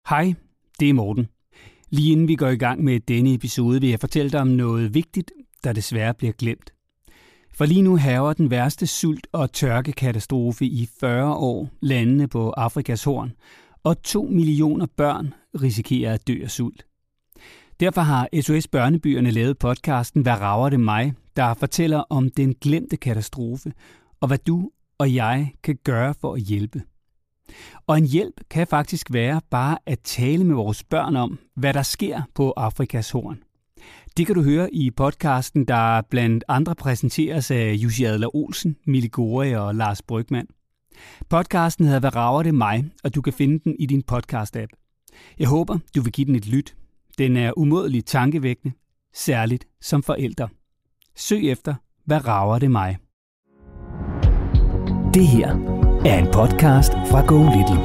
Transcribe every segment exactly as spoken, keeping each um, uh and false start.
Hej, det er Morten. Lige inden vi går i gang med denne episode, vil jeg fortælle dig om noget vigtigt, der desværre bliver glemt. For lige nu hærger den værste sult- og tørkekatastrofe i fyrre år landene på Afrikas Horn, og to millioner børn risikerer at dø af sult. Derfor har S O S Børnebyerne lavet podcasten Hvad rager det mig?, der fortæller om den glemte katastrofe, og hvad du og jeg kan gøre for at hjælpe. Og en hjælp kan faktisk være bare at tale med vores børn om, hvad der sker på Afrikas Horn. Det kan du høre i podcasten, der blandt andre præsenteres af Jussi Adler-Olsen, Mille Gore og Lars Brygmann. Podcasten hedder Hvad rager det mig?, og du kan finde den i din podcast-app. Jeg håber, du vil give den et lyt. Den er umådeligt tankevækkende, særligt som forældre. Søg efter Hvad rager det mig? Det her er en podcast fra Go Little.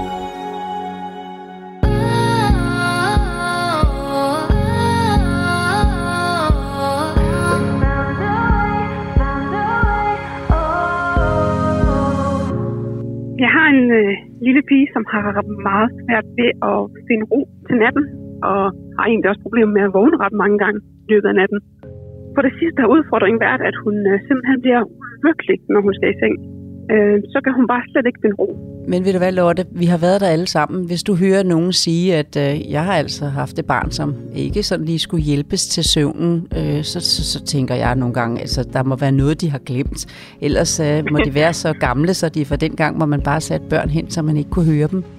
Jeg har en øh, lille pige, som har meget svært ved at finde ro til natten, og har egentlig også problemer med at vågne ret mange gange i løbet af natten. For det sidste har udfordringen været, at hun øh, simpelthen bliver ulykkelig, når hun skal i seng. Øh, så kan hun bare slet ikke finde ro. Men ved du hvad, Lotte, vi har været der alle sammen. Hvis du hører nogen sige, at øh, jeg har altså haft et barn, som ikke sådan lige skulle hjælpes til søvnen, øh, så, så, så tænker jeg nogle gange, altså der må være noget, de har glemt. Ellers øh, må de være så gamle, så de for den gang, hvor man bare satte børn hen, så man ikke kunne høre dem.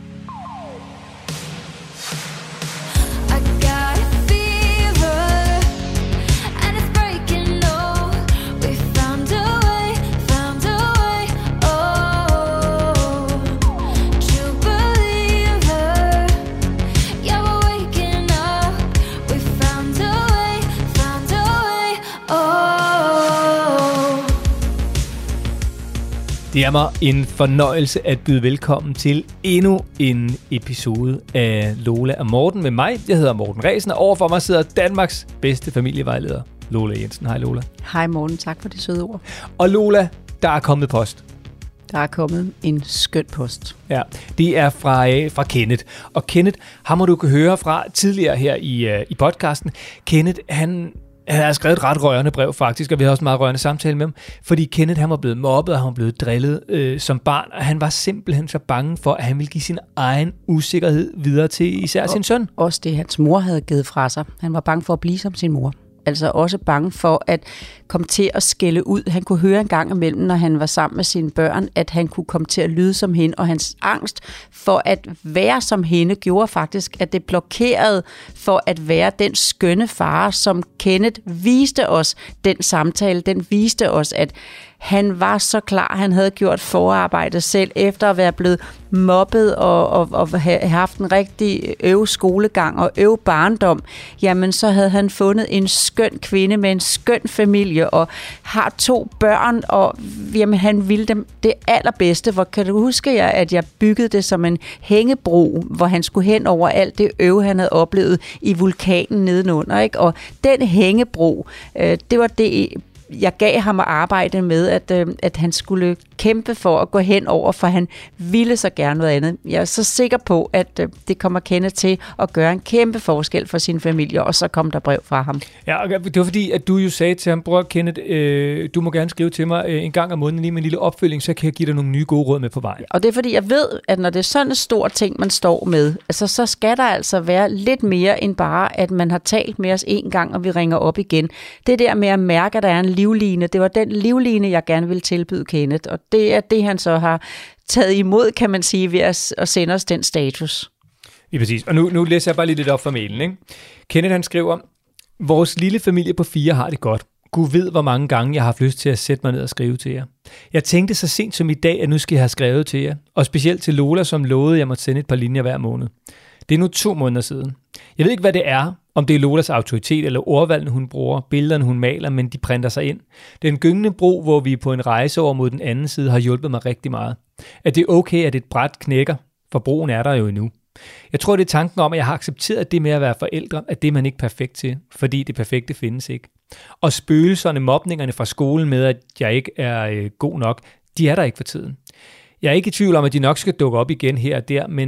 Det er mig en fornøjelse at byde velkommen til endnu en episode af Lola og Morten med mig. Jeg hedder Morten Ræsen, og overfor mig sidder Danmarks bedste familievejleder, Lola Jensen. Hej Lola. Hej Morten, tak for det søde ord. Og Lola, der er kommet post. Der er kommet en skøn post. Ja, det er fra, øh, fra Kenneth. Og Kenneth, ham må du kan høre fra tidligere her i, øh, i podcasten. Kenneth, han... Han har skrevet et ret rørende brev faktisk, og vi har også en meget rørende samtale med ham, fordi Kenneth han var blevet mobbet, og han var blevet drillet øh, som barn, og han var simpelthen så bange for, at han ville give sin egen usikkerhed videre til især og sin søn. Også det, hans mor havde givet fra sig. Han var bange for at blive som sin mor. Altså også bange for at komme til at skælde ud. Han kunne høre en gang imellem, når han var sammen med sine børn, at han kunne komme til at lyde som hende, og hans angst for at være som hende gjorde faktisk, at det blokerede for at være den skønne far, som Kenneth viste os den samtale. Den viste os, at han var så klar, han havde gjort forarbejde selv, efter at være blevet mobbet og, og, og have haft en rigtig øv skolegang og øv barndom. Jamen, så havde han fundet en skøn kvinde med en skøn familie og har to børn, og jamen, han ville dem det allerbedste. Hvor kan du huske, jeg, at jeg byggede det som en hængebro, hvor han skulle hen over alt det øv, han havde oplevet i vulkanen nedenunder, ikke? Og den hængebro, øh, det var det, jeg gav ham at arbejde med, at, øh, at han skulle kæmpe for at gå hen over, for han ville så gerne noget andet. Jeg er så sikker på, at øh, det kommer Kenneth til at gøre en kæmpe forskel for sin familie, og så kom der brev fra ham. Ja, okay. Det var fordi, at du jo sagde til ham, bror Kenneth, øh, du må gerne skrive til mig øh, en gang om måneden lige med en lille opfølging, så kan jeg give dig nogle nye gode råd med på vej. Og det er fordi, jeg ved, at når det er sådan en stor ting, man står med, altså, så skal der altså være lidt mere end bare, at man har talt med os en gang, og vi ringer op igen. Det der med at mærke, at der er en livline, det var den livline, jeg gerne ville tilbyde Kenneth, og det er det, han så har taget imod, kan man sige, ved at, at sende os den status. Ja, præcis. Og nu, nu læser jeg bare lige lidt op fra mailen, ikke? Kenneth, han skriver, vores lille familie på fire har det godt. Gud ved, hvor mange gange jeg har haft lyst til at sætte mig ned og skrive til jer. Jeg tænkte så sent som i dag, at nu skal jeg have skrevet til jer, og specielt til Lola, som lovede, at jeg måtte sende et par linjer hver måned. Det er nu to måneder siden. Jeg ved ikke, hvad det er, om det er Lolas autoritet eller ordvalgene, hun bruger, billederne, hun maler, men de printer sig ind. Det er en gyngende bro, hvor vi på en rejse over mod den anden side har hjulpet mig rigtig meget. At det er okay, at et bræt knækker, for broen er der jo endnu. Jeg tror, det er tanken om, at jeg har accepteret det med at være forældre, at det er man ikke perfekt til, fordi det perfekte findes ikke. Og spøgelserne, mobningerne fra skolen med, at jeg ikke er øh, god nok, de er der ikke for tiden. Jeg er ikke i tvivl om, at de nok skal dukke op igen her og der, men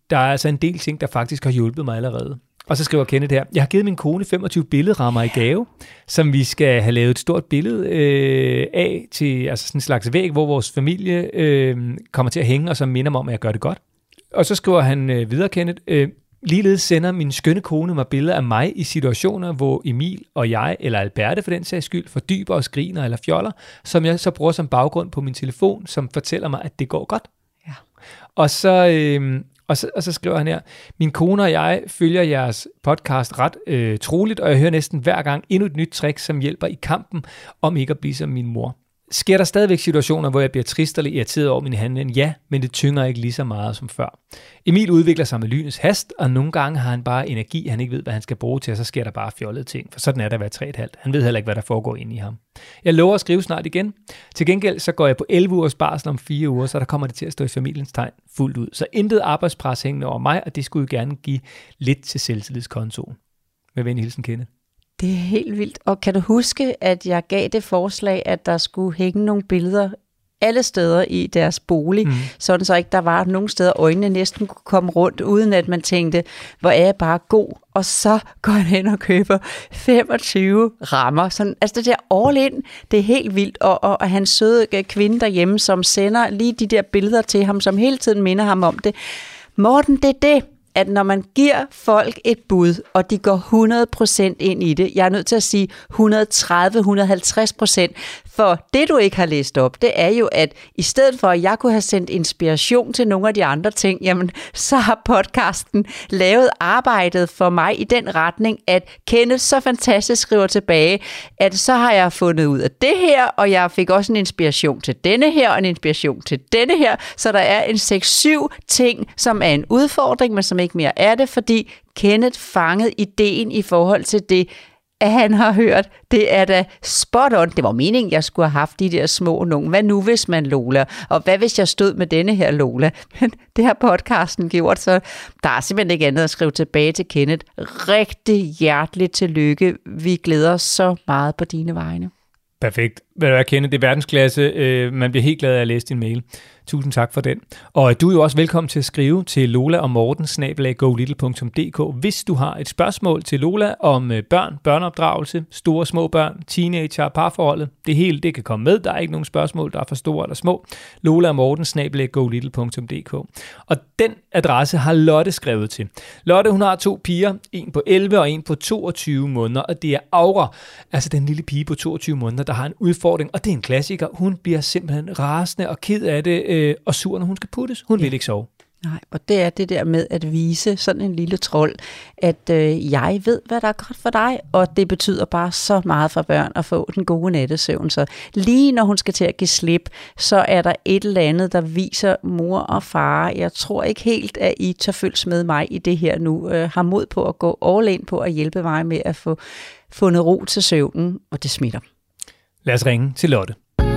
der er altså en del ting, der faktisk har hjulpet mig allerede. Og så skriver Kenneth her, jeg har givet min kone femogtyve billedrammer i gave, som vi skal have lavet et stort billede øh, af til altså sådan en slags væg, hvor vores familie øh, kommer til at hænge, og som minder mig om, at jeg gør det godt. Og så skriver han øh, videre, Kenneth, øh, ligeledes sender min skønne kone mig billeder af mig i situationer, hvor Emil og jeg, eller Alberte for den sags skyld, fordyber og skriner eller fjoller, som jeg så bruger som baggrund på min telefon, som fortæller mig, at det går godt. Ja. Og så... Øh, Og så, og så skriver han her, min kone og jeg følger jeres podcast ret øh, troligt, og jeg hører næsten hver gang endnu et nyt trick, som hjælper i kampen om ikke at blive som min mor. Sker der stadigvæk situationer, hvor jeg bliver trist eller irriteret over min handling? Ja, men det tynger ikke lige så meget som før. Emil udvikler sig med lynets hast, og nogle gange har han bare energi, han ikke ved, hvad han skal bruge til, og så sker der bare fjollede ting, for sådan er der hver tre og et halvt. Han ved heller ikke, hvad der foregår inde i ham. Jeg lover at skrive snart igen. Til gengæld så går jeg på elleve ugers barsel om fire uger, så der kommer det til at stå i familiens tegn fuldt ud. Så intet arbejdspres hængende over mig, og det skulle jo gerne give lidt til selvtillidskontoen. Med venlig hilsen, Kenneth. Det er helt vildt. Og kan du huske, at jeg gav det forslag, at der skulle hænge nogle billeder alle steder i deres bolig, mm. sådan så ikke der var nogle steder, øjnene næsten kunne komme rundt, uden at man tænkte, hvor er jeg bare god. Og så går han hen og køber femogtyve rammer. Sådan, altså det der all in, det er helt vildt. Og, og, og hans søde kvinde derhjemme, som sender lige de der billeder til ham, som hele tiden minder ham om det. Morten, det er det, at når man giver folk et bud, og de går hundrede procent ind i det, jeg er nødt til at sige et hundrede og tredive til et hundrede og halvtreds procent, for det du ikke har læst op, det er jo, at i stedet for, at jeg kunne have sendt inspiration til nogle af de andre ting, jamen, så har podcasten lavet arbejdet for mig i den retning, at Kenneth så fantastisk skriver tilbage, at så har jeg fundet ud af det her, og jeg fik også en inspiration til denne her, og en inspiration til denne her, så der er en seks syv ting, som er en udfordring, men som ikke mere er det, fordi Kenneth fangede ideen i forhold til det, at han har hørt, det er da spot on. Det var meningen, jeg skulle have haft de der små nogen. Hvad nu, hvis man Lola? Og hvad hvis jeg stod med denne her Lola? Men det har podcasten gjort, så der er simpelthen ikke andet at skrive tilbage til Kenneth. Rigtig hjerteligt tillykke. Vi glæder os så meget på dine vegne. Perfekt. Hvad du Kenneth, det er verdensklasse. Man bliver helt glad af at læse din mail. Tusind tak for den. Og du er jo også velkommen til at skrive til Lola og Morten snabel-a go little punktum d k, hvis du har et spørgsmål til Lola om børn, børneopdragelse, store små børn, teenager, parforholdet. Det hele, det kan komme med. Der er ikke nogen spørgsmål, der er for store eller små. Lola og Morten snabel-a go little punktum d k. Og den adresse har Lotte skrevet til. Lotte, hun har to piger, en på elleve og en på toogtyve måneder, og det er Aura, altså den lille pige på toogtyve måneder, der har en udfordring, og det er en klassiker. Hun bliver simpelthen rasende og ked af det, øh, og sur, når hun skal puttes. Hun ja. vil ikke sove. Nej, og det er det der med at vise sådan en lille trold, at øh, jeg ved, hvad der er godt for dig, og det betyder bare så meget for børn at få den gode nattesøvn. Så lige når hun skal til at give slip, så er der et eller andet, der viser mor og far. Jeg tror ikke helt, at I tør følges med mig i det her nu. Øh, har mod på at gå all in på at hjælpe mig med at få fundet ro til søvnen, og det smitter. Lad os ringe til Lotte.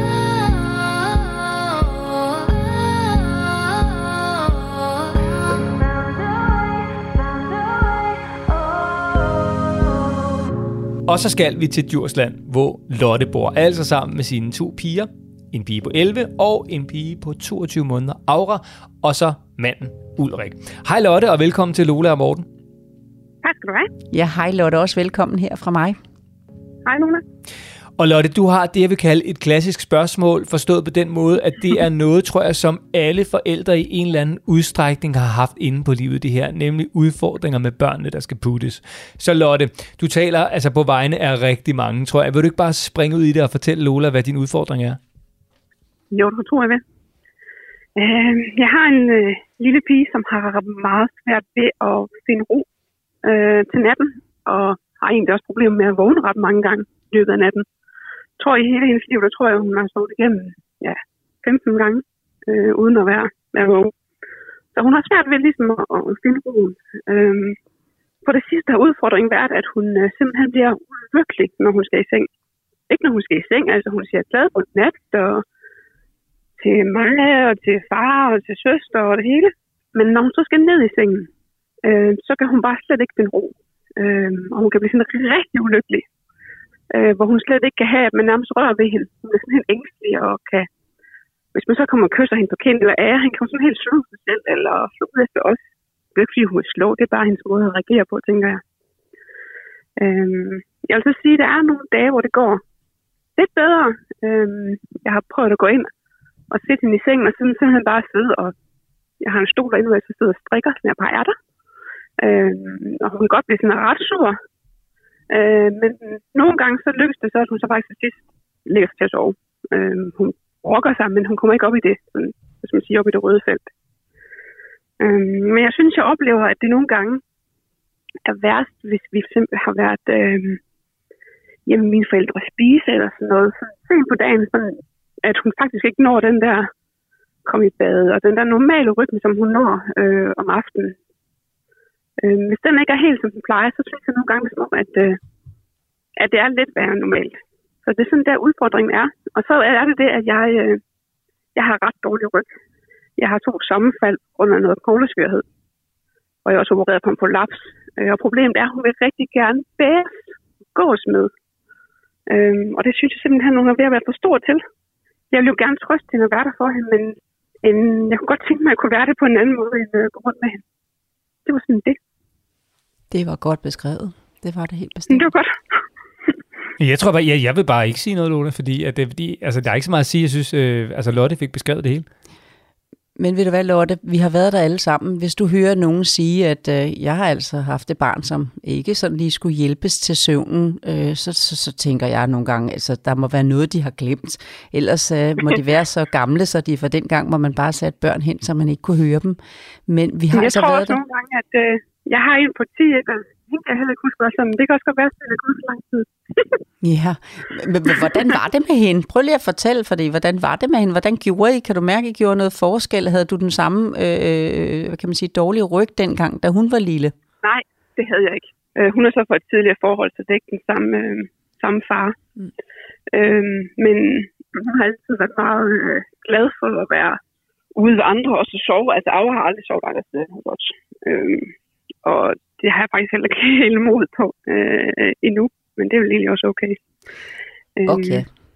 Og så skal vi til Djursland, hvor Lotte bor, altså sammen med sine to piger. En pige på elleve og en pige på toogtyve måneder, Aura, og så manden, Ulrik. Hej Lotte, og velkommen til Lola og Morten. Tak skal du have. Ja, hej Lotte, også velkommen her fra mig. Hej Lola. Og Lotte, du har det, jeg vil kalde et klassisk spørgsmål, forstået på den måde, at det er noget, tror jeg, som alle forældre i en eller anden udstrækning har haft inde på livet, det her, nemlig udfordringer med børnene, der skal puttes. Så Lotte, du taler altså på vegne af rigtig mange, tror jeg. Vil du ikke bare springe ud i det og fortælle Lola, hvad din udfordring er? Jo, det tror jeg vil. Øh, jeg har en øh, lille pige, som har meget svært ved at finde ro øh, til natten, og har egentlig også problemer med at vågne ret mange gange i løbet af natten. Jeg tror, i hele hendes liv, der tror jeg, hun har sovet igennem ja, femten gange, øh, uden at være, være vågen. Så hun har svært ved ligesom at, at finde roen. Øh, på det sidste har udfordringen været, at hun øh, simpelthen bliver ulykkelig, når hun skal i seng. Ikke når hun skal i seng, altså hun siger glad på nat, og til mig, og til far, og til søster, og det hele. Men når hun så skal ned i sengen, øh, så kan hun bare slet ikke finde ro. Øh, og hun kan blive sådan rigtig ulykkelig. Øh, hvor hun slet ikke kan have, at man nærmest rører ved hende. Hun er sådan helt ængstelig, og kan, hvis man så kommer og kysser hende på kind, eller ære, han kan hun sådan helt sluge sig selv, eller sluge efter os. Det er ikke, fordi hun vil slå, det er bare hendes måde at reagere på, tænker jeg. Øhm, jeg vil så sige, at der er nogle dage, hvor det går lidt bedre. Øhm, jeg har prøvet at gå ind og sætte hende i sengen, og sådan simpelthen bare sidde, og jeg har en stol derinde, hvor jeg så sidder og strikker, så jeg bare er der. Øhm, og hun kan godt blive sådan ret sur. Øhm, men nogle gange så lykkes det så, at hun så faktisk til sidst lægger sig til at sove. Øhm, hun rokker sig, men hun kommer ikke op i det, sådan, hvis man siger, op i det røde felt. Øhm, men jeg synes, jeg oplever, at det nogle gange er værst, hvis vi simpelthen har været øhm, hjemme med mine forældre at spise eller sådan noget. Så sent på dagen, sådan, at hun faktisk ikke når den der komme i bad, og den der normale rytme, som hun når øh, om aftenen. Øh, hvis den ikke er helt, som den plejer, så synes jeg nogle gange, som om, at, øh, at det er lidt værre end normalt. Så det er sådan, der udfordringen er. Og så er det det, at jeg, øh, jeg har ret dårlig ryg. Jeg har to sammenfald under noget kogleskørhed, og jeg er også opereret på en prolaps. Øh, og problemet er, at hun vil rigtig gerne bæres, gås med. Øh, og det synes jeg simpelthen, hun er ved at være for stor til. Jeg vil jo gerne trøste hende og være der for hende, men en, jeg kunne godt tænke mig, at jeg kunne være det på en anden måde, end at gå rundt med hende. Det var sådan det. Det var godt beskrevet. Det var det helt bestemt. Det var godt. Jeg tror bare, jeg, jeg vil bare ikke sige noget, Lola, fordi, at det, fordi altså, der er ikke så meget at sige. Jeg synes, øh, altså Lotte fik beskrevet det hele. Men ved du hvad, Lotte, vi har været der alle sammen. Hvis du hører nogen sige, at øh, jeg har altså haft et barn, som ikke sådan lige skulle hjælpes til søvnen, øh, så, så, så tænker jeg nogle gange, altså der må være noget, de har glemt. Ellers øh, må de være så gamle, så de for den gang må man bare sætte børn hen, så man ikke kunne høre dem. Men vi har jeg altså tror været også der. nogle gange, at øh, jeg har en på ti, ikke? Det kan jeg heller ikke huske, sådan. Det kan også godt være, at det er gået så lang tid. Ja, men, men hvordan var det med hende? Prøv lige at fortælle, fordi hvordan var det med hende? Hvordan gjorde I? Kan du mærke, at I gjorde noget forskel? Havde du den samme, øh, hvad kan man sige, dårlige ryg dengang, da hun var lille? Nej, det havde jeg ikke. Øh, hun er så for et tidligere forhold, så det er ikke den samme, øh, samme far. Mm. Øh, men hun har altid været meget øh, glad for at være ude ved andre og så sove. Altså, Aura har aldrig sovet andre steder hos os. Øh, og det har jeg faktisk heller ikke helt mod på øh, endnu, men det er jo egentlig også okay. Okay.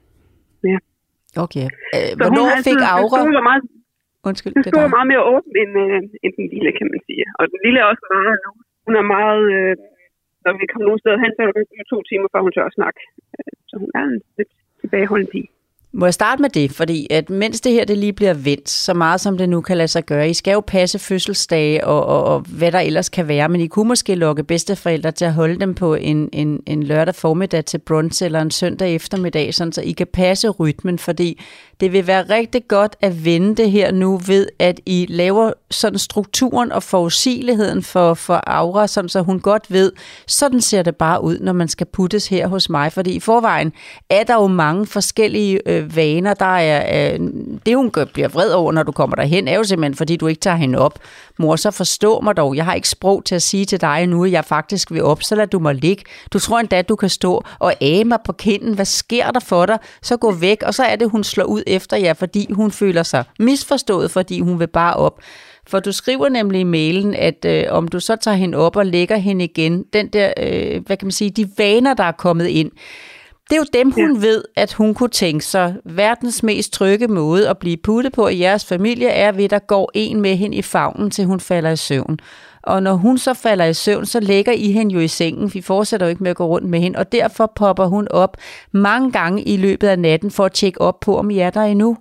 Øh, ja. Okay. Øh, hvornår fik Aura... Den var meget, Undskyld, den det er meget mere åben end, øh, end den lille, kan man sige. Og den lille er også meget... Hun er meget... Øh, når vi kommer nogle steder hen, så er det to timer, før hun tør at snakke. Så hun er en lidt tilbageholden pige. Må jeg starte med det? Fordi at mens det her det lige bliver vendt, så meget som det nu kan lade sig gøre, I skal jo passe fødselsdage og, og, og hvad der ellers kan være, men I kunne måske lokke bedsteforældre til at holde dem på en, en, en lørdag formiddag til brunch eller en søndag eftermiddag, sådan så I kan passe rytmen, fordi det vil være rigtig godt at vende det her nu ved, at I laver sådan strukturen og forudsigeligheden for, for Aura, sådan så hun godt ved, sådan ser det bare ud, når man skal puttes her hos mig, fordi i forvejen er der jo mange forskellige øh, vaner, der er, øh, det hun gør, bliver vred over, når du kommer derhen, er jo simpelthen, fordi du ikke tager hende op. Mor, så forstå mig dog, jeg har ikke sprog til at sige til dig nu, at jeg faktisk vil op, så lad du mig ligge. Du tror endda, at du kan stå og æge mig på kinden, hvad sker der for dig? Så gå væk, og så er det, hun slår ud efter jer, fordi hun føler sig misforstået, fordi hun vil bare op. For du skriver nemlig i mailen, at øh, om du så tager hende op og lægger hende igen, den der, øh, hvad kan man sige, de vaner, der er kommet ind, det er jo dem, hun ja. ved, at hun kunne tænke sig. Verdens mest trygge måde at blive puttet på i jeres familie er ved, at der går en med hende i favnen, til hun falder i søvn. Og når hun så falder i søvn, så lægger I hende jo i sengen. Vi fortsætter jo ikke med at gå rundt med hende, og derfor popper hun op mange gange i løbet af natten for at tjekke op på, om I er der endnu.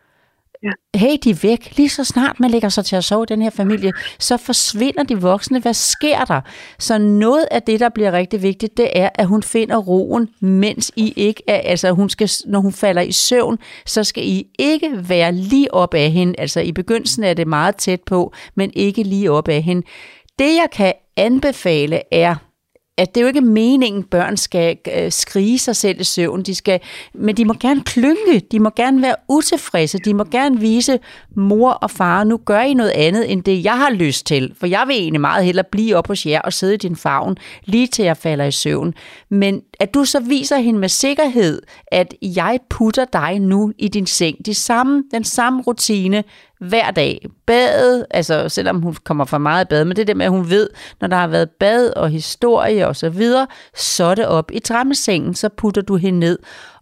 Ja. Hey, de er væk. Lige så snart man lægger sig til at sove i den her familie, så forsvinder de voksne. Hvad sker der? Så noget af det, der bliver rigtig vigtigt, det er, at hun finder roen, mens I ikke er, altså hun skal, når hun falder i søvn, så skal I ikke være lige op af hende. Altså i begyndelsen er det meget tæt på, men ikke lige op af hende. Det, jeg kan anbefale, er, at det er jo ikke meningen, børn skal øh, skrige sig selv i søvn, de skal, men de må gerne klynge, de må gerne være utilfredse, de må gerne vise mor og far, nu gør I noget andet, end det jeg har lyst til, for jeg vil egentlig meget hellere blive op hos jer og sidde i din favn, lige til jeg falder i søvn. Men at du så viser hende med sikkerhed, at jeg putter dig nu i din seng, de samme, den samme rutine, hver dag. Badet, altså selvom hun kommer for meget i bad, men det der med, at hun ved, når der har været bad og historie og så videre, så er det op i trammesengen, så putter du hende ned.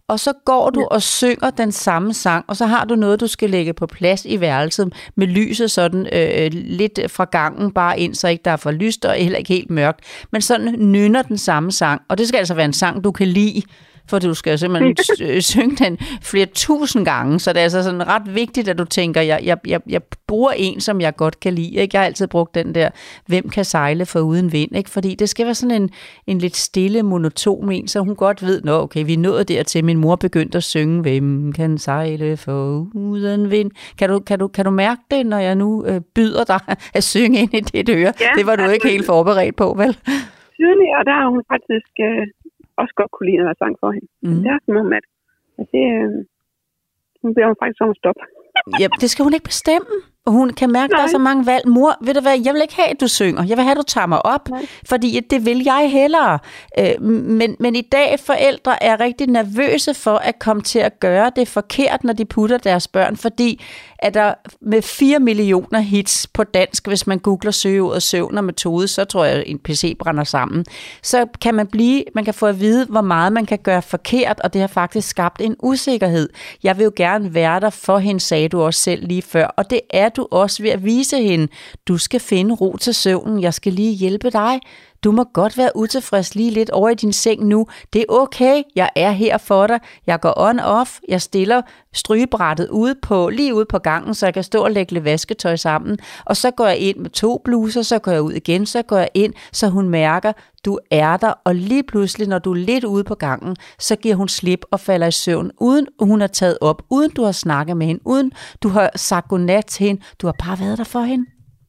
og så går du og synger den samme sang, og så har du noget, du skal lægge på plads i værelset, med lyset sådan øh, lidt fra gangen bare ind, så ikke der er for lyst, og heller ikke helt mørkt, men sådan nynner den samme sang, og det skal altså være en sang, du kan lide, for du skal simpelthen synge den flere tusind gange, så det er altså sådan ret vigtigt, at du tænker, jeg, jeg, jeg, jeg bruger en, som jeg godt kan lide. Ikke? Jeg har altid brugt den der, hvem kan sejle for uden vind, ikke? Fordi det skal være sådan en, en lidt stille, monoton en, så hun godt ved, nå okay, vi er nået dertil, min mor begyndte at synge, hvem kan sejle for uden vind. Kan du, kan du, kan du mærke det, når jeg nu øh, byder dig at synge ind i dit øre? Ja, det var du ikke helt forberedt på, vel? Tidligere, der har hun faktisk... Øh også godt kunne lide, når jeg sang for hende. Mm. Det er som om, at, at det, øh, hun beder hun faktisk om at stoppe. Ja, det skal hun ikke bestemme. Og hun kan mærke, at der er så mange valg. Mor, ved du hvad, jeg vil ikke have, at du synger. Jeg vil have, at du tager mig op, Nej. fordi det vil jeg hellere. Øh, men, men i dag, forældre er rigtig nervøse for at komme til at gøre det forkert, når de putter deres børn, fordi at der med fire millioner hits på dansk, hvis man googler søgeordet søvn og metode, så tror jeg, at en P C brænder sammen. Så kan man blive, man kan få at vide, hvor meget man kan gøre forkert, og det har faktisk skabt en usikkerhed. Jeg vil jo gerne være der for hende, sagde du også selv lige før, og det er du også ved at vise hende, du skal finde ro til søvnen, jeg skal lige hjælpe dig. Du må godt være utilfreds lige lidt over i din seng nu. Det er okay, jeg er her for dig. Jeg går on-off, jeg stiller strygebrættet ude på, lige ude på gangen, så jeg kan stå og lægge lidt vasketøj sammen. Og så går jeg ind med to bluser, så går jeg ud igen, så går jeg ind, så hun mærker, du er der. Og lige pludselig, når du er lidt ude på gangen, så giver hun slip og falder i søvn, uden hun har taget op, uden du har snakket med hende, uden du har sagt godnat til hende. Du har bare været der for hende.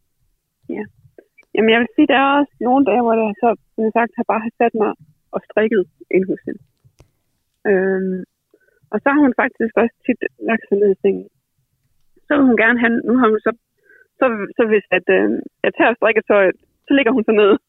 Ja. Jamen, jeg vil sige, der er også nogle dage, hvor jeg så, som jeg sagt, har bare sat mig og strikket ind hos hende. Øhm, og så har hun faktisk også tit lagt sig ned i sengen. Så vil hun gerne have, nu har hun så, så, så hvis at, øh, jeg tager strikketøjet, så ligger hun så ned.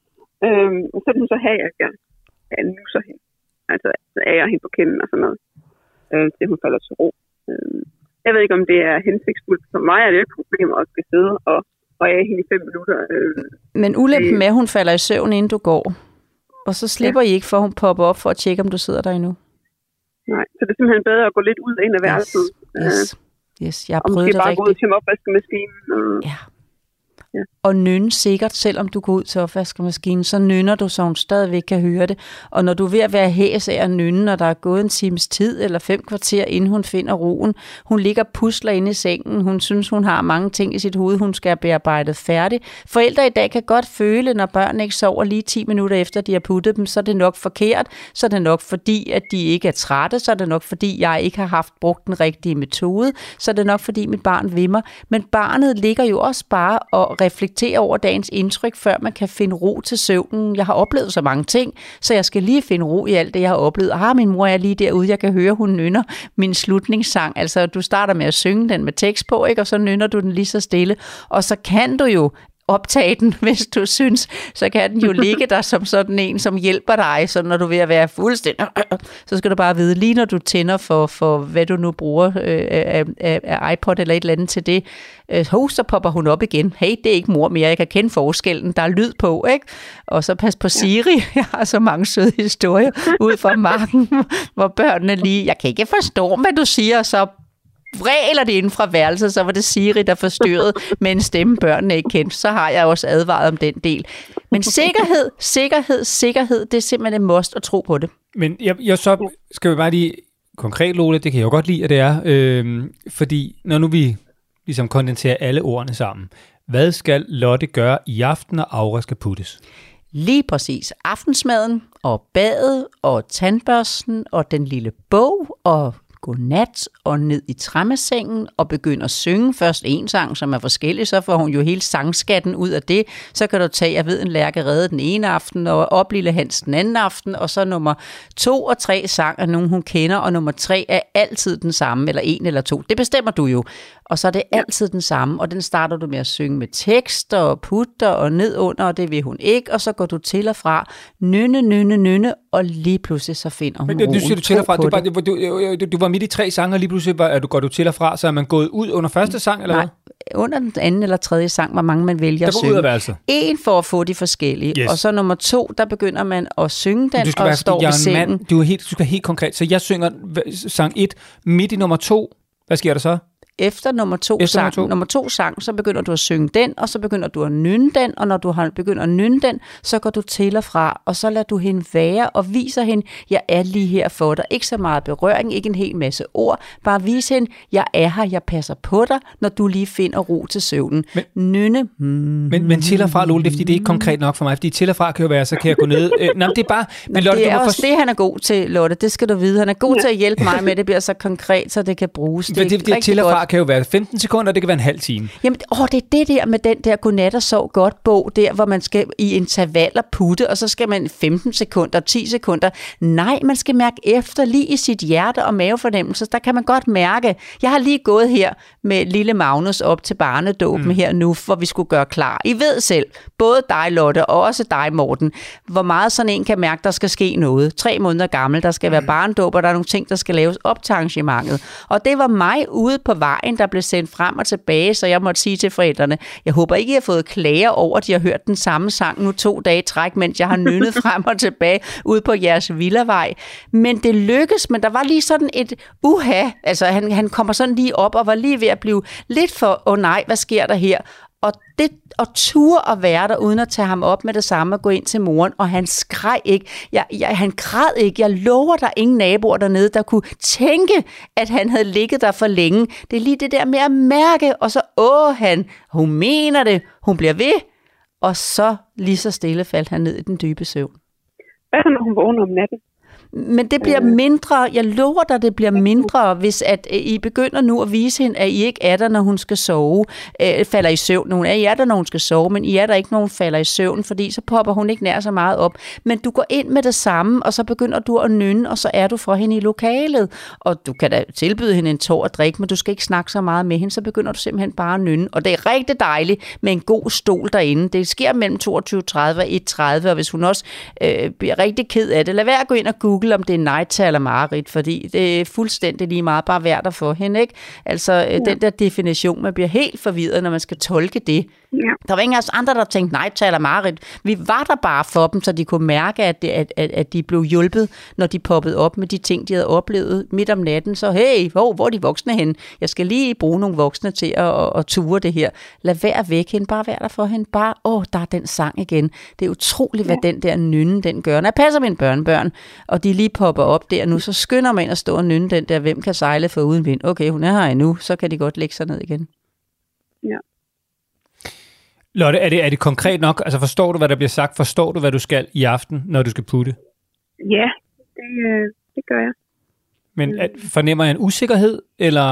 Øhm, og så vil hun så have, at jeg, jeg nusser hende. Altså, så ærer hende på kinden og sådan noget. Øh, til hun falder til ro. Øhm, jeg ved ikke, om det er hensigtsfuldt. For mig er det et problem at skal sidde og og jeg er hende i fem minutter. Øh, Men ulempen med, at hun falder i søvn, inden du går. Og så slipper ja. I ikke, for hun popper op for at tjekke, om du sidder der endnu. Nej, så det er simpelthen bedre at gå lidt ud ind af værelset. Yes, yes. yes. Jeg har og prøvet det rigtigt. Og måske bare gå ud til opvaskemaskinen. Og... Ja. Ja. Og nynne sikkert, selvom du går ud til opvaskemaskinen, så nynner du, så hun stadigvæk kan høre det. Og når du er ved at være hæs af at nynne, når der er gået en times tid eller fem kvarter, inden hun finder roen, hun ligger og pusler inde i sengen, hun synes, hun har mange ting i sit hoved, hun skal have bearbejdet færdigt. Forældre i dag kan godt føle, når børn ikke sover lige ti minutter efter, de har puttet dem, så er det nok forkert, så er det nok fordi, at de ikke er trætte, så er det nok fordi, jeg ikke har haft brugt den rigtige metode, så er det nok fordi, mit barn vimmer. Men barnet ligger jo også bare og reflektere over dagens indtryk, før man kan finde ro til søvnen. Jeg har oplevet så mange ting, så jeg skal lige finde ro i alt det, jeg har oplevet. Ah, min mor er lige derude, jeg kan høre, hun nynner min slutningssang. Altså, du starter med at synge den med tekst på, ikke? Og så nynner du den lige så stille. Og så kan du jo optage den, hvis du synes, så kan den jo ligge der som sådan en, som hjælper dig, så når du er ved at være fuldstændig, så skal du bare vide, lige når du tænder for, for hvad du nu bruger øh, af, af, af iPod eller et eller andet til det, øh, ho, så popper hun op igen. Hey, det er ikke mor mere, jeg kan kende forskellen, der er lyd på, ikke? Og så pas på Siri, jeg har så mange søde historier ud fra marken, hvor børnene lige, jeg kan ikke forstå, hvad du siger, så vræler det inden fra værelset, så var det Siri, der forstyrrede med en stemme, børnene ikke kendte. Så har jeg også advaret om den del. Men sikkerhed, sikkerhed, sikkerhed, det er simpelthen en must at tro på det. Men jeg, jeg så skal vi bare lige konkret, Lola, det kan jeg jo godt lide, at det er, øh, fordi når nu vi ligesom kondenserer alle ordene sammen, hvad skal Lotte gøre i aften, når Aura skal puttes? Lige præcis. Aftensmaden og badet og tandbørsten og den lille bog og godnat og ned i træmmesengen og begynde at synge først en sang, som er forskellig, så får hun jo hele sangskatten ud af det. Så kan du tage, jeg ved, en Lærke Rede den ene aften, og Op Lille Hans den anden aften, og så nummer to og tre sang er nogen, hun kender, og nummer tre er altid den samme, eller en eller to. Det bestemmer du jo. Og så er det altid den samme, og den starter du med at synge med tekster og putter og ned under, og det vil hun ikke, og så går du til og fra nynne, nynne, nynne, og lige pludselig så finder hun Men det, roen. du siger, du til og fra. Du, bare, det. du, du, du var midt i tre sange, og lige pludselig var, du, går du til og fra, så er man gået ud under første sang, eller Nej, hvad? Under den anden eller tredje sang, hvor mange man vælger at synge. Altså. En for at få de forskellige, yes. og så nummer to, der begynder man at synge den, og være, står ved sengen. Mand, du, er helt, du skal være helt konkret. Så jeg synger sang et, midt i nummer to. Hvad sker der så? Efter nummer to, Efter sang, nummer, to. nummer to sang, så begynder du at synge den, og så begynder du at nynne den, og når du har begynder at nynne den, så går du til og fra, og så lader du hende være, og viser hende, jeg er lige her for dig. Ikke så meget berøring, ikke en hel masse ord, bare vise hende, jeg er her, jeg passer på dig, når du lige finder ro til søvnen. Men, nynne. Hmm. Men, men til og fra, Lole, det er, fordi det er ikke konkret nok for mig, fordi til og fra kan jo være, så kan jeg gå ned. Øh, nej, det er bare... Men Lotte, det er også for... det, han er god til, Lotte, det skal du vide. Han er god ja. til at hjælpe mig med, at det bliver så konkret, så det kan bruges. Det, det, det, det til og fra kan jo være femten sekunder, det kan være en halv time. Jamen, åh, det er det der med den der Godnat og sov godt bog, der hvor man skal i intervaller putte, og så skal man femten sekunder, ti sekunder. Nej, man skal mærke efter lige i sit hjerte og mavefornemmelse. Der kan man godt mærke. Jeg har lige gået her med lille Magnus op til barnedåben mm. her nu, hvor vi skulle gøre klar. I ved selv, både dig, Lotte, og også dig, Morten, hvor meget sådan en kan mærke, der skal ske noget. Tre måneder gammel, der skal være barnedåb, og der er nogle ting, der skal laves op til arrangementet. Og det var mig ude på vejen, der blev sendt frem og tilbage, så jeg måtte sige til forældrene, jeg håber ikke, I har fået klager over, at de har hørt den samme sang nu to dage træk, mens jeg har nynnet frem og tilbage ude på jeres villavej. Men det lykkedes, men der var lige sådan et uha, altså han, han kommer sådan lige op og var lige ved at blive lidt for, åh oh nej, hvad sker der her? Og det og ture at være der, uden at tage ham op med det samme og gå ind til moren, og han skreg ikke. Jeg, jeg, han græd ikke. Jeg lover, der ingen naboer dernede, der kunne tænke, at han havde ligget der for længe. Det er lige det der med at mærke, og så, åh han, hun mener det, hun bliver ved, og så lige så stille faldt han ned i den dybe søvn. Hvad så, når hun vågner om natten? Men det bliver mindre, jeg lover dig, det bliver mindre, hvis at I begynder nu at vise hende, at I ikke er der, når hun skal sove, øh, falder i søvn. Nogle af I er der, når hun skal sove, men I er der ikke, når hun falder i søvn, fordi så popper hun ikke nær så meget op. Men du går ind med det samme, og så begynder du at nynne, og så er du for hende i lokalet. Og du kan da tilbyde hende en tår at drikke, men du skal ikke snakke så meget med hende, så begynder du simpelthen bare at nynne. Og det er rigtig dejligt med en god stol derinde. Det sker mellem toogtyve tredive og et tredive, og hvis hun også øh, bliver rigtig ked af det, lad være at gå ind og google, om det er Nighttale eller mareridt, fordi det er fuldstændig lige meget bare værd der for hende, ikke? Altså, ja. Den der definition, man bliver helt forvirret, når man skal tolke det. Ja. Der var ingen af os andre, der tænkte Nighttale eller mareridt. Vi var der bare for dem, så de kunne mærke, at, det, at, at, at de blev hjulpet, når de poppede op med de ting, de havde oplevet midt om natten. Så hey, hvor, hvor er de voksne henne? Jeg skal lige bruge nogle voksne til at, at, at ture det her. Lad være væk hende, bare vær der for hende. Bare, åh, der er den sang igen. Det er utroligt, hvad ja. den der nynne, den gør. Når jeg passer mine børnebørn, og de lige popper op der nu, så skynder man ind at stå og nynne den der, hvem kan sejle for uden vind. Okay, hun er her endnu, så kan de godt lægge sig ned igen. Ja. Lotte, er det, er det konkret nok? Altså forstår du, hvad der bliver sagt? Forstår du, hvad du skal i aften, når du skal putte? Ja, det, det gør jeg. Men at, fornemmer jeg en usikkerhed, eller?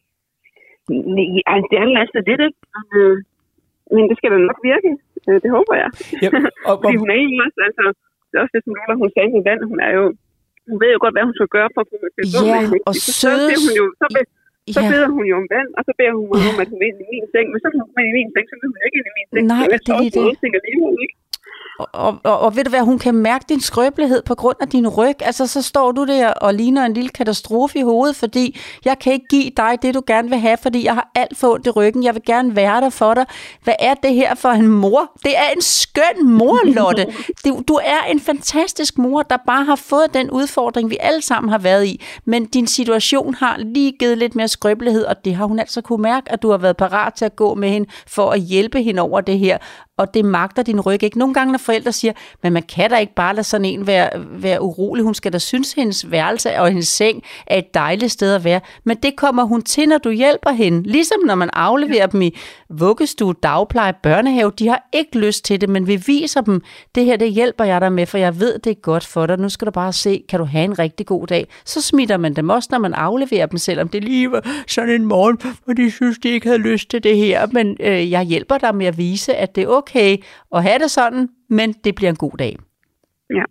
Nej, altså, det er altså det, det. Men det skal da nok virke. Det håber jeg. Ja, og, Fordi hun er jo også, altså, det er også det, som Lola, hun sagde med vand. Hun er jo, hun ved jo godt, hvad hun skal gøre for at få det. Ja, og søde. Så beder hun jo om vand, og så beder hun mig om, at hun vil ind i min seng. Men så er hun i min seng, så vil hun ikke ind i min seng. Nej, det er lige det. Og, og, og, og ved du hvad, hun kan mærke din skrøbelighed på grund af din ryg. Altså, så står du der og ligner en lille katastrofe i hovedet, fordi jeg kan ikke give dig det, du gerne vil have, fordi jeg har alt for ondt i ryggen. Jeg vil gerne være der for dig. Hvad er det her for en mor? Det er en skøn mor, Lotte. Du, du er en fantastisk mor, der bare har fået den udfordring, vi alle sammen har været i. Men din situation har lige givet lidt mere skrøbelighed, og det har hun altså kunne mærke, at du har været parat til at gå med hende for at hjælpe hende over det her. Og det magter din ryg ikke. Nogle gange, når forældre siger, men man kan da ikke bare lade sådan en være, være urolig. Hun skal da synes, hendes værelse og hendes seng er et dejligt sted at være. Men det kommer hun til, når du hjælper hende. Ligesom når man afleverer dem i vuggestue, dagpleje, børnehave. De har ikke lyst til det, men vi viser dem, det her, det hjælper jeg dig med, for jeg ved, det er godt for dig. Nu skal du bare se, kan du have en rigtig god dag. Så smitter man dem også, når man afleverer dem, selvom det lige var sådan en morgen, hvor de synes, de ikke havde lyst til det her. Men øh, jeg hjælper dig med at vise, at det er okay. Okay, og have det sådan, men det bliver en god dag. Ja.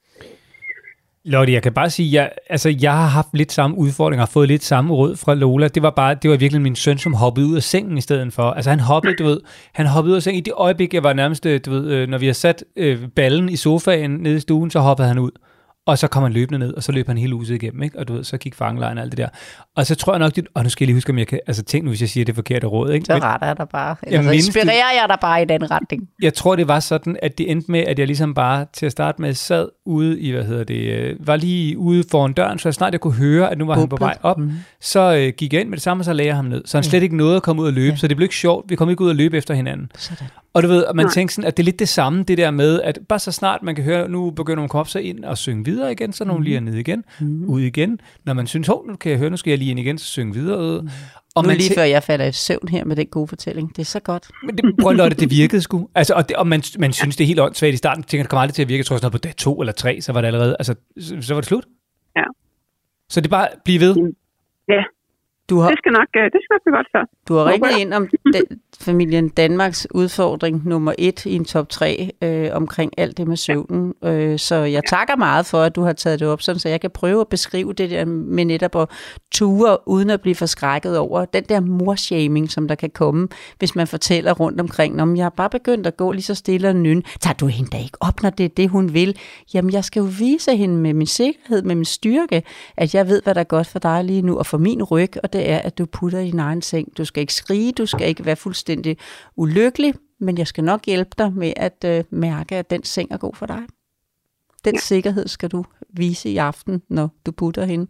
Lotte, jeg kan bare sige, jeg, altså, jeg har haft lidt samme udfordringer, og fået lidt samme råd fra Lola. Det var bare, det var virkelig min søn, som hoppede ud af sengen i stedet for. Altså han hoppede, du ved, han hoppede ud af sengen. I det øjeblik, jeg var nærmest, du ved, når vi har sat øh, ballen i sofaen nede i stuen, så hoppede han ud. Og så kom han løbende ned, og så løb han hele huset igennem, ikke? Og du ved, så gik fangelejren og alt det der. Og så tror jeg nok, og nu skal jeg lige huske, om jeg kan, altså tænk nu, hvis jeg siger det forkerte råd, ikke? Så retter jeg dig bare, eller jeg så inspirerer jeg dig bare i den retning. Jeg tror, det var sådan, at det endte med, at jeg ligesom bare til at starte med sad ude i, hvad hedder det, var lige ude foran døren, så snart jeg kunne høre, at nu var Bublet. han på vej op, mm. så øh, gik jeg ind med det samme, og så lagde jeg ham ned. Så han slet ja. ikke nåede at komme ud og løbe, ja. så det blev ikke sjovt. Vi kom ikke ud og løbe efter hinanden. Sådan. Og du ved, og man Nej. tænker sådan, at det er lidt det samme, det der med, at bare så snart man kan høre, nu begynder man at komme op så ind og synge videre igen, så er nogen mm. lige ned igen, mm. ud igen. Når man synes, hov, nu kan jeg høre, nu skal jeg lige ind igen, så synge videre ud. Mm. Og nu man lige tæ- før jeg falder i søvn her med den gode fortælling. Det er så godt. Men det, prøv Lotte, det virkede sgu. Altså, og, det, og man, man synes, det er helt åndssvagt i starten. Tænker, det kommer aldrig til at virke. Jeg tror sådan noget på dag to eller tre, så var det allerede, altså, så, så var det slut. Ja. Så det er bare blive ved. Ja. Du har, det skal nok, det skal nok blive godt så. Du har ringet ind om den, familien Danmarks udfordring nummer et i en top tre øh, omkring alt det med søvnen. Øh, så jeg takker meget for, at du har taget det op, sådan, så jeg kan prøve at beskrive det der med netop at ture, uden at blive forskrækket over den der morshaming, som der kan komme, hvis man fortæller rundt omkring, om jeg har bare begyndt at gå lige så stille og nynne. Tager du hende da ikke op, når det er det, hun vil? Jamen, jeg skal jo vise hende med min sikkerhed, med min styrke, at jeg ved, hvad der er godt for dig lige nu, og for min ryg, og det er, at du putter i din egen seng. Du skal ikke skrige, du skal ikke være fuldstændig ulykkelig, men jeg skal nok hjælpe dig med at øh, mærke, at den seng er god for dig. Den ja. sikkerhed skal du vise i aften, når du putter hende.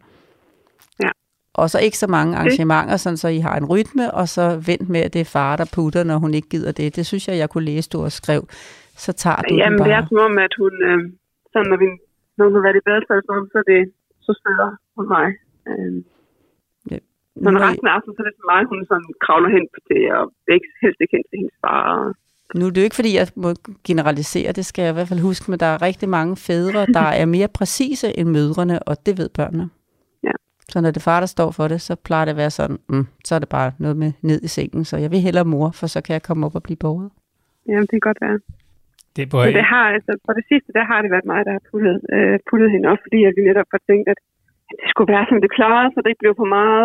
Ja. Og så ikke så mange arrangementer, sådan så I har en rytme, og så vent med, at det er far, der putter, når hun ikke gider det. Det synes jeg, jeg kunne læse, du og skrev. Så tager du Jamen, den bare. det er som om, at hun, øh, sådan, når, vi, når hun har været i badefald, så er det så støder hos mig. Øh. Ja. Når resten af aftenen, så er det for mig, hun sådan kravler hen på det, og ikke, helst ikke hen til hendes far. Nu er det jo ikke, fordi jeg må generalisere, det skal jeg i hvert fald huske, men der er rigtig mange fædre, der er mere præcise end mødrene, og det ved børnene. Ja. Så når det er far, der står for det, så plejer det at være sådan, mm, så er det bare noget med ned i sengen, så jeg vil hellere mor, for så kan jeg komme op og blive båret. Jamen, det kan godt være. Det er på men det har, altså, på det sidste, der har det været mig, der har puttet, øh, puttet hende op, fordi jeg netop har tænkt, at det skulle være, som det klarede, så det ikke blev for meget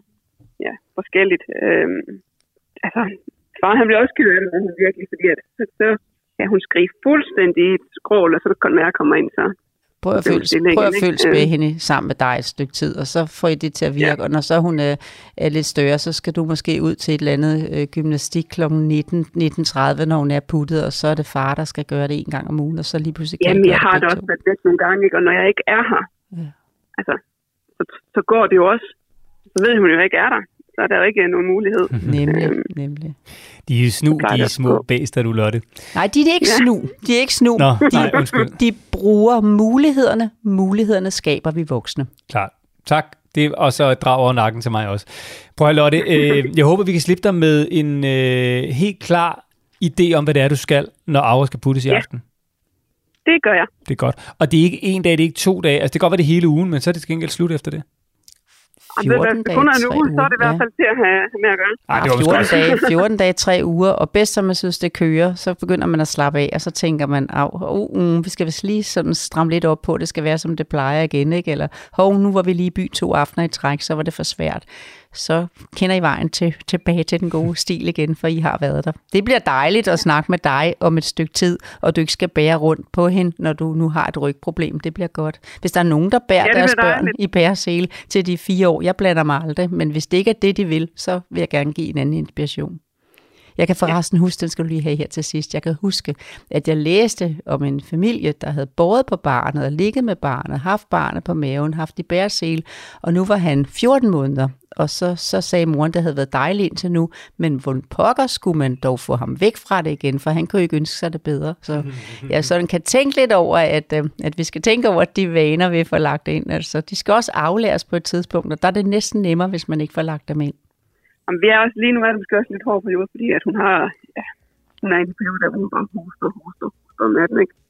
ja, forskelligt. Øhm, altså, far han blev også ked af det, virkelig, fordi at, så, så ja, hun skriger fuldstændig i et skrål, og så kan jeg komme ind, så... Prøv at følge igen, med hende sammen med dig et stykke tid, og så får I det til at virke. Ja. Og når så hun er, er lidt større, så skal du måske ud til et eller andet øh, gymnastik klokken nitten, nitten tredive, når hun er puttet, og så er det far, der skal gøre det en gang om ugen, og så lige pludselig kan Jamen, jeg, jeg har det også været væk nogle gange, ikke? Og når jeg ikke er her, ja. altså, så, så går det jo også. Så ved hun jo ikke er der. Så er der jo ikke nogen mulighed. Nemlig, øhm, nemlig. De er snu, de er små bæster, du Lotte. Nej, de er ikke ja. snu. De er ikke snu. Nå, de, nej, undskyld. De bruger mulighederne. Mulighederne skaber vi voksne. Klart. Tak. Det og så drag over nakken til mig også. Prøv at Lotte, øh, jeg håber, vi kan slippe dig med en øh, helt klar idé om, hvad det er, du skal, når Aura skal puttes i ja. aften. Det gør jeg. Det er godt. Og det er ikke en dag, det er ikke to dage. Altså, det kan godt være det hele ugen, men så er det til gengæld slut efter det. fjorten dage, tre uger. Så er det i hvert fald til at have med at gøre. Ej, det var fjorten, dage, fjorten dage, tre uger, og bedst som man synes, det kører, så begynder man at slappe af, og så tænker man, au, uh, uh, vi skal vist lige sådan stramme lidt op på, det skal være, som det plejer igen, ikke? Eller, hov, nu var vi lige i by to aftener i træk, så var det for svært. Så kender I vejen til, tilbage til den gode stil igen, for I har været der. Det bliver dejligt at snakke med dig om et stykke tid, og du ikke skal bære rundt på hende, når du nu har et rygproblem. Det bliver godt. Hvis der er nogen, der bærer ja, deres børn i bæresele til de fire år, jeg blander mig aldrig, men hvis det ikke er det, de vil, så vil jeg gerne give en anden inspiration. Jeg kan forresten huske, den skal du lige have her til sidst. Jeg kan huske, at jeg læste om en familie, der havde båret på barnet og ligget med barnet, haft barnet på maven, haft i bæresele, og nu var han fjorten måneder. Og så, så sagde moren, det havde været dejligt indtil nu, men hvor pokker skulle man dog få ham væk fra det igen, for han kunne ikke ønske sig det bedre. Så ja, sådan kan tænke lidt over, at, at vi skal tænke over de vaner, vi får lagt ind. Altså, de skal også aflæres på et tidspunkt, og der er det næsten nemmere, hvis man ikke får lagt dem ind. Jamen, vi er også, lige nu er det måske også lidt hård periode, fordi at hun har, ja, hun er i en periode, der hun bare hoster, hoster, hoster om natten, ikke?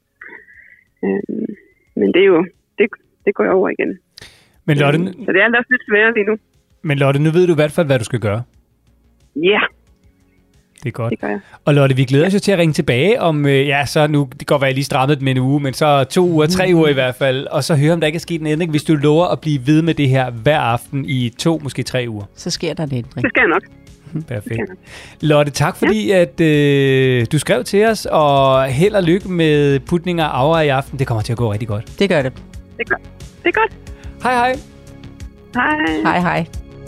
Øhm, men det er jo, det, det går jo over igen. Men Lotte, øhm, så det er også lidt svært lige nu. Men Lotte, nu ved du i hvert fald, hvad du skal gøre. Ja. Yeah. Det er godt. Det gør jeg. Og Lotte, vi glæder os jo til at ringe tilbage om, øh, ja, så nu, det kan godt være, jeg lige strammet med en uge, men så to uger, tre uger i hvert fald, og så høre, om der ikke er sket en ændring, hvis du lover at blive ved med det her hver aften i to, måske tre uger. Så sker der en ændring. Det skal jeg nok. Perfekt. Lotte, tak fordi, ja. at øh, du skrev til os, og held og lykke med putninger af Aura i aften. Det kommer til at gå rigtig godt. Det gør det. Det er godt. Det er godt. Hej, hej. Hej. Hej, hej.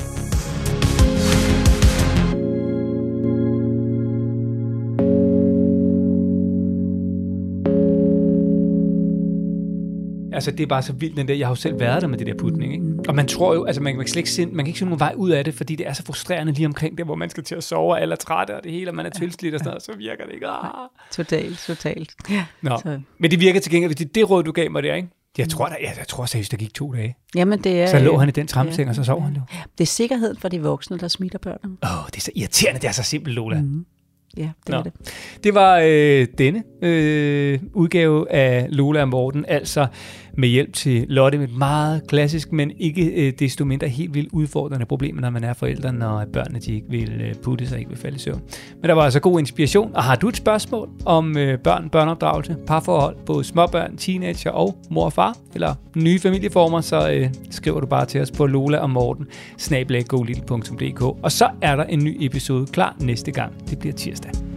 Altså, det er bare så vildt, den der. Jeg har jo selv været der med det der putning, ikke? Og man tror jo, altså man kan slet ikke se, man kan ikke se nogen vej ud af det, fordi det er så frustrerende lige omkring det, hvor man skal til at sove, og alle er trætte, og det hele, og man er tilslidt og sådan noget, så virker det ikke. Ah. Totalt, totalt. Ja. Nå. Men det virker til gengæld, det, det råd, du gav mig der, ikke? Jeg tror, der, jeg, jeg tror seriøst, der gik to dage. Jamen, det er, så lå han i den trampeseng, ja, og så sov han jo. Det er sikkerheden for de voksne, der smitter børnene. Åh, oh, det er så irriterende, det er så simpelt, Lola. Mm-hmm. Ja, det Nå. er det. Det var øh, denne øh, udgave af Lola og Morten, altså med hjælp til Lotte med et meget klassisk, men ikke øh, desto mindre helt vildt udfordrende problemer, når man er forældre, når børnene de ikke vil øh, putte sig, ikke vil falde i søvn. Men der var altså god inspiration, og har du et spørgsmål om øh, børn, børneopdragelse, parforhold, både småbørn, teenager og mor og far, eller nye familieformer, så øh, skriver du bare til os på Lola og Morten, snabel-a go lille punktum d k, og så er der en ny episode klar næste gang. Det bliver tirsdag.